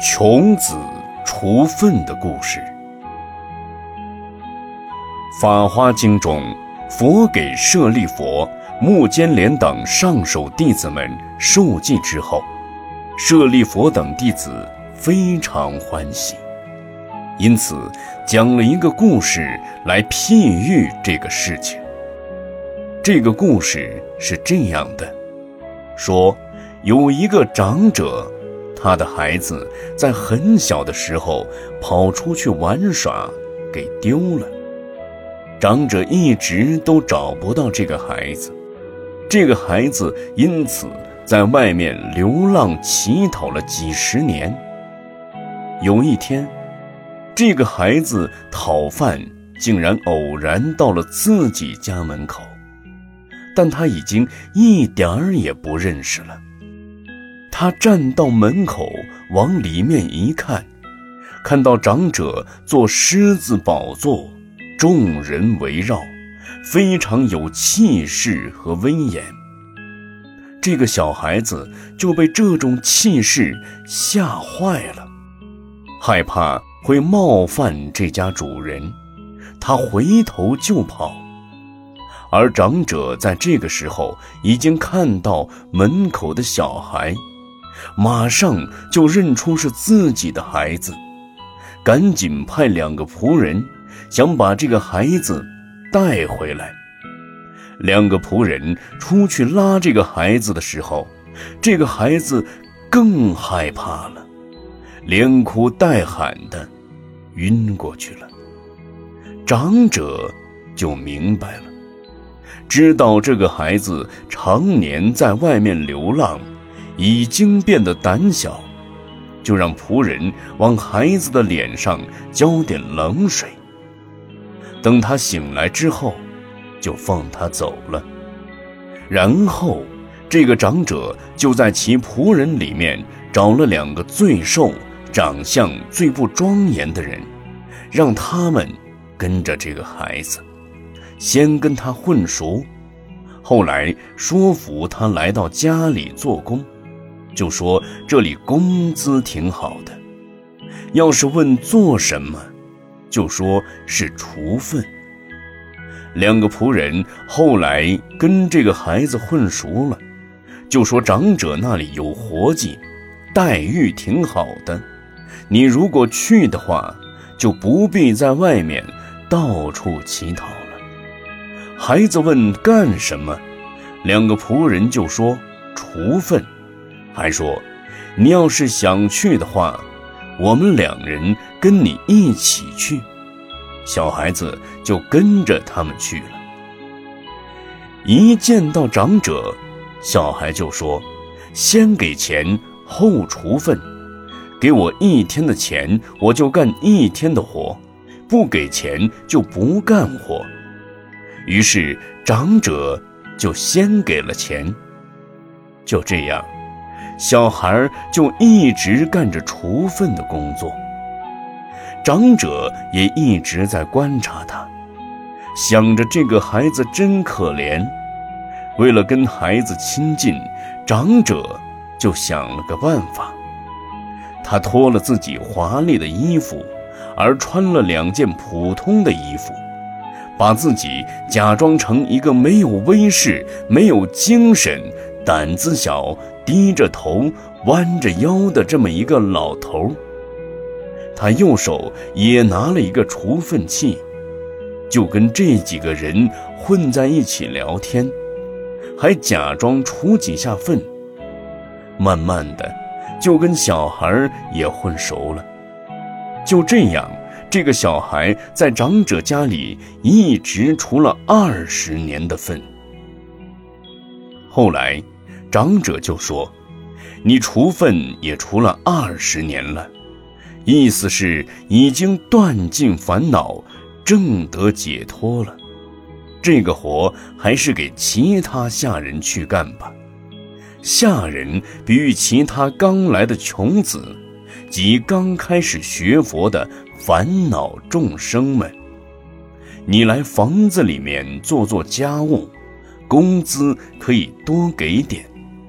穷子除粪的故事。法华经中，佛给舍利佛、目犍连等上首弟子们受记之后，舍利佛等弟子非常欢喜，因此讲了一个故事来譬喻这个事情。这个故事是这样的，说有一个长者，他的孩子在很小的时候跑出去玩耍，给丢了。长者一直都找不到这个孩子，这个孩子因此在外面流浪乞讨了几十年。有一天，这个孩子讨饭竟然偶然到了自己家门口，但他已经一点儿也不认识了。他站到门口往里面一看，看到长者坐狮子宝座，众人围绕，非常有气势和威严。这个小孩子就被这种气势吓坏了，害怕会冒犯这家主人，他回头就跑。而长者在这个时候已经看到门口的小孩，马上就认出是自己的孩子，赶紧派2个仆人想把这个孩子带回来。2个仆人出去拉这个孩子的时候，这个孩子更害怕了，连哭带喊的晕过去了。长者就明白了，知道这个孩子常年在外面流浪，已经变得胆小，就让仆人往孩子的脸上浇点冷水。等他醒来之后，就放他走了。然后这个长者就在其仆人里面找了2个最瘦、长相最不庄严的人，让他们跟着这个孩子，先跟他混熟，后来说服他来到家里做工，就说这里工资挺好的，要是问做什么，就说是除粪。2个仆人后来跟这个孩子混熟了，就说长者那里有活计，待遇挺好的，你如果去的话，就不必在外面到处乞讨了。孩子问干什么，2个仆人就说除粪，还说你要是想去的话，我们2人跟你一起去。小孩子就跟着他们去了。一见到长者，小孩就说先给钱后除粪，给我1天的钱，我就干1天的活，不给钱就不干活。于是长者就先给了钱。就这样，小孩就一直干着除粪的工作。长者也一直在观察他，想着这个孩子真可怜。为了跟孩子亲近，长者就想了个办法。他脱了自己华丽的衣服，而穿了2件普通的衣服，把自己假装成一个没有威势、没有精神、胆子小、低着头、弯着腰的这么一个老头。他右手也拿了一个除粪器，就跟这几个人混在一起聊天，还假装除几下粪。慢慢的，就跟小孩也混熟了。就这样，这个小孩在长者家里一直除了20年的粪。后来长者就说，你除粪也除了20年了，意思是已经断尽烦恼，正得解脱了。这个活还是给其他下人去干吧。下人比喻其他刚来的穷子，即刚开始学佛的烦恼众生们。你来房子里面做做家务，工资可以多给点。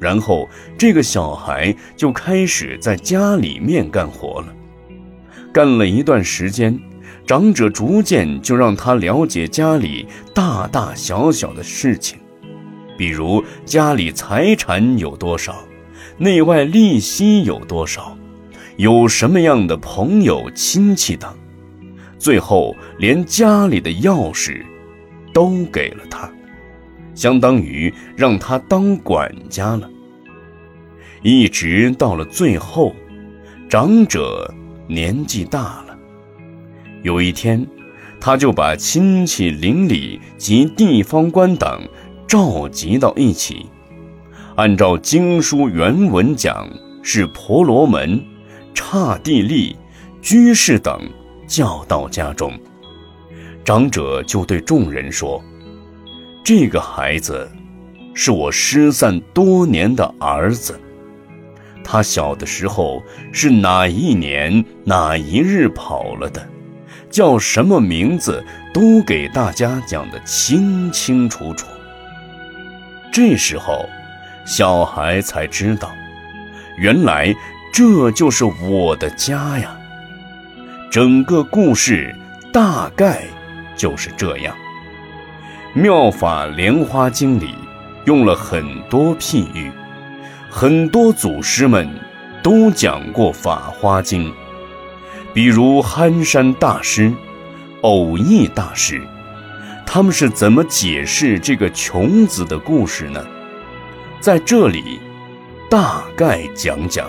然后这个小孩就开始在家里面干活了。干了一段时间，长者逐渐就让他了解家里大大小小的事情，比如家里财产有多少，内外利息有多少，有什么样的朋友亲戚等，最后连家里的钥匙都给了他，相当于让他当管家了。一直到了最后，长者年纪大了，有一天，他就把亲戚邻里及地方官等召集到一起，按照经书原文讲，是婆罗门、刹帝利、居士等叫到家中。长者就对众人说：这个孩子是我失散多年的儿子，他小的时候是哪一年哪一日跑了的，叫什么名字都给大家讲得清清楚楚。这时候小孩才知道，原来这就是我的家呀。整个故事大概就是这样。妙法莲花经里用了很多譬喻，很多祖师们都讲过法华经，比如憨山大师、偶益大师，他们是怎么解释这个穷子的故事呢？在这里大概讲讲。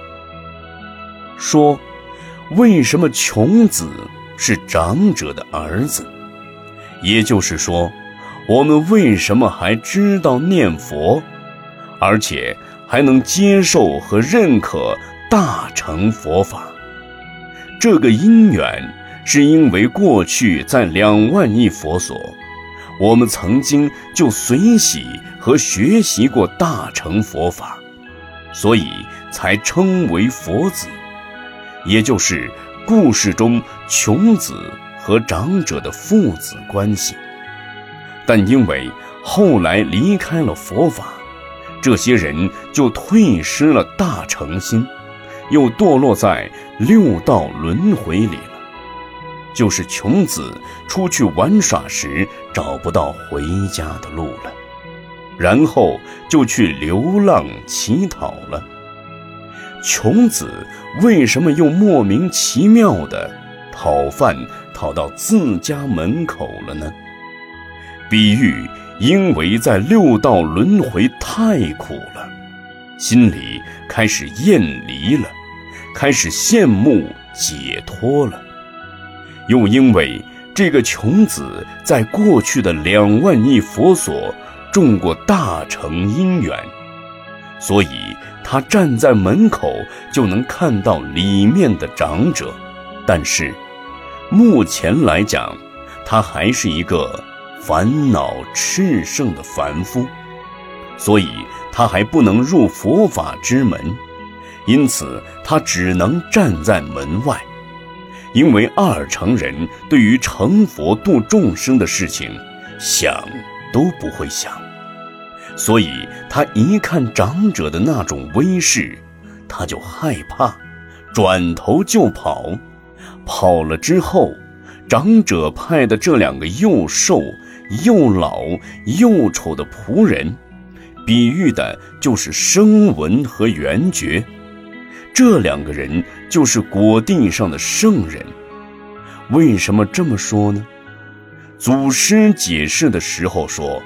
说为什么穷子是长者的儿子，也就是说，我们为什么还知道念佛，而且还能接受和认可大乘佛法。这个因缘是因为过去在2万亿佛所，我们曾经就随喜和学习过大乘佛法，所以才称为佛子，也就是故事中穷子和长者的父子关系。但因为后来离开了佛法，这些人就退失了大乘心，又堕落在6道轮回里了。就是穷子出去玩耍时找不到回家的路了，然后就去流浪乞讨了。穷子为什么又莫名其妙地讨饭讨到自家门口了呢？比喻因为在6道轮回太苦了，心里开始厌离了，开始羡慕解脱了。又因为这个穷子在过去的2万亿佛所种过大乘因缘，所以他站在门口就能看到里面的长者，但是目前来讲，他还是一个烦恼炽盛的凡夫，所以他还不能入佛法之门，因此他只能站在门外。因为2乘人对于成佛度众生的事情想都不会想，所以他一看长者的那种威势，他就害怕，转头就跑。跑了之后，长者派的这2个又瘦又老又丑的仆人，比喻的就是声闻和缘觉。这2个人就是果地上的圣人。为什么这么说呢？祖师解释的时候说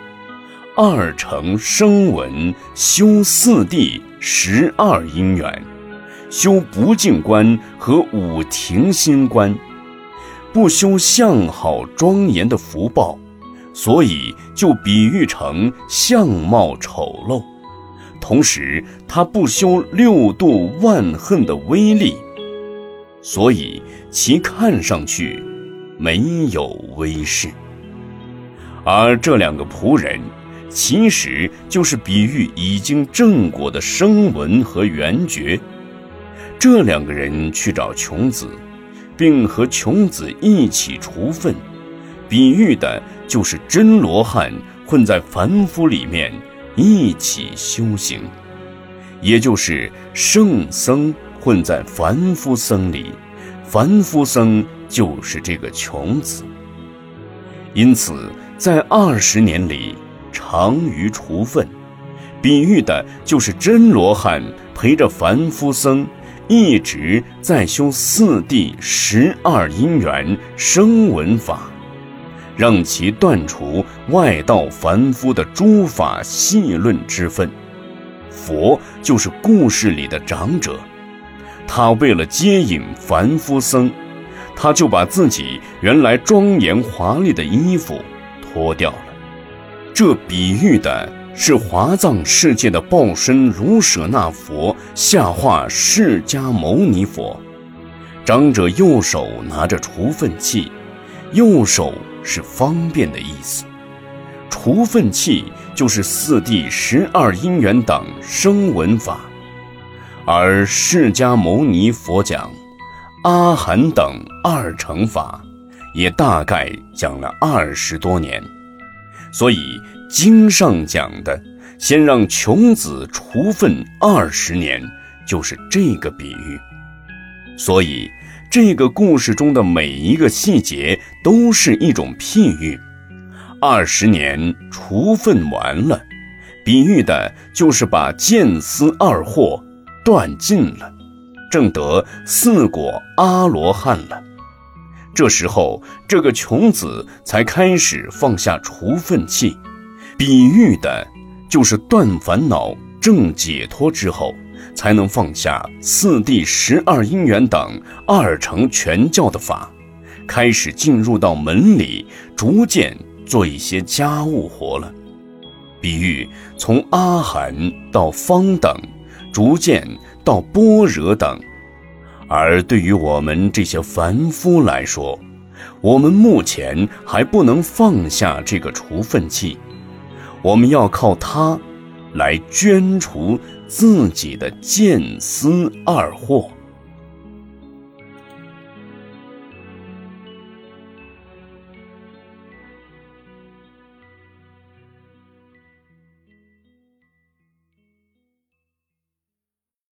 ，2乘声闻修4谛12因缘，修不净观和5停心观，不修相好庄严的福报，所以就比喻成相貌丑陋。同时他不修6度万恨的威力，所以其看上去没有威势。而这2个仆人其实就是比喻已经正果的声闻和缘觉。这2个人去找穷子，并和穷子一起除粪，比喻的就是真罗汉混在凡夫里面一起修行。 也就是圣僧混在凡夫僧里，凡夫僧就是这个穷子。因此在20年里常于除粪，比喻的就是真罗汉陪着凡夫僧一直在修四谛12因缘声闻法，让其断除外道凡夫的诸法细论之分。佛就是故事里的长者，他为了接引凡夫僧，他就把自己原来庄严华丽的衣服脱掉了。这比喻的是华藏世界的报身卢舍那佛下化释迦牟尼佛，长者右手拿着除粪器，右手是方便的意思。除粪器就是四谛12因缘等声闻法，而释迦牟尼佛讲阿含等2乘法，也大概讲了20多年。所以经上讲的先让穷子除粪20年，就是这个比喻。所以这个故事中的每一个细节都是一种譬喻。20年除粪完了，比喻的就是把见思2惑断尽了，证得4果阿罗汉了。这时候这个穷子才开始放下除粪器，比喻的就是断烦恼证解脱之后，才能放下四谛12因缘等2乘全教的法，开始进入到门里，逐渐做一些家务活了。比喻从阿含到方等，逐渐到般若等。而对于我们这些凡夫来说，我们目前还不能放下这个除粪器，我们要靠它来捐除自己的见思2惑。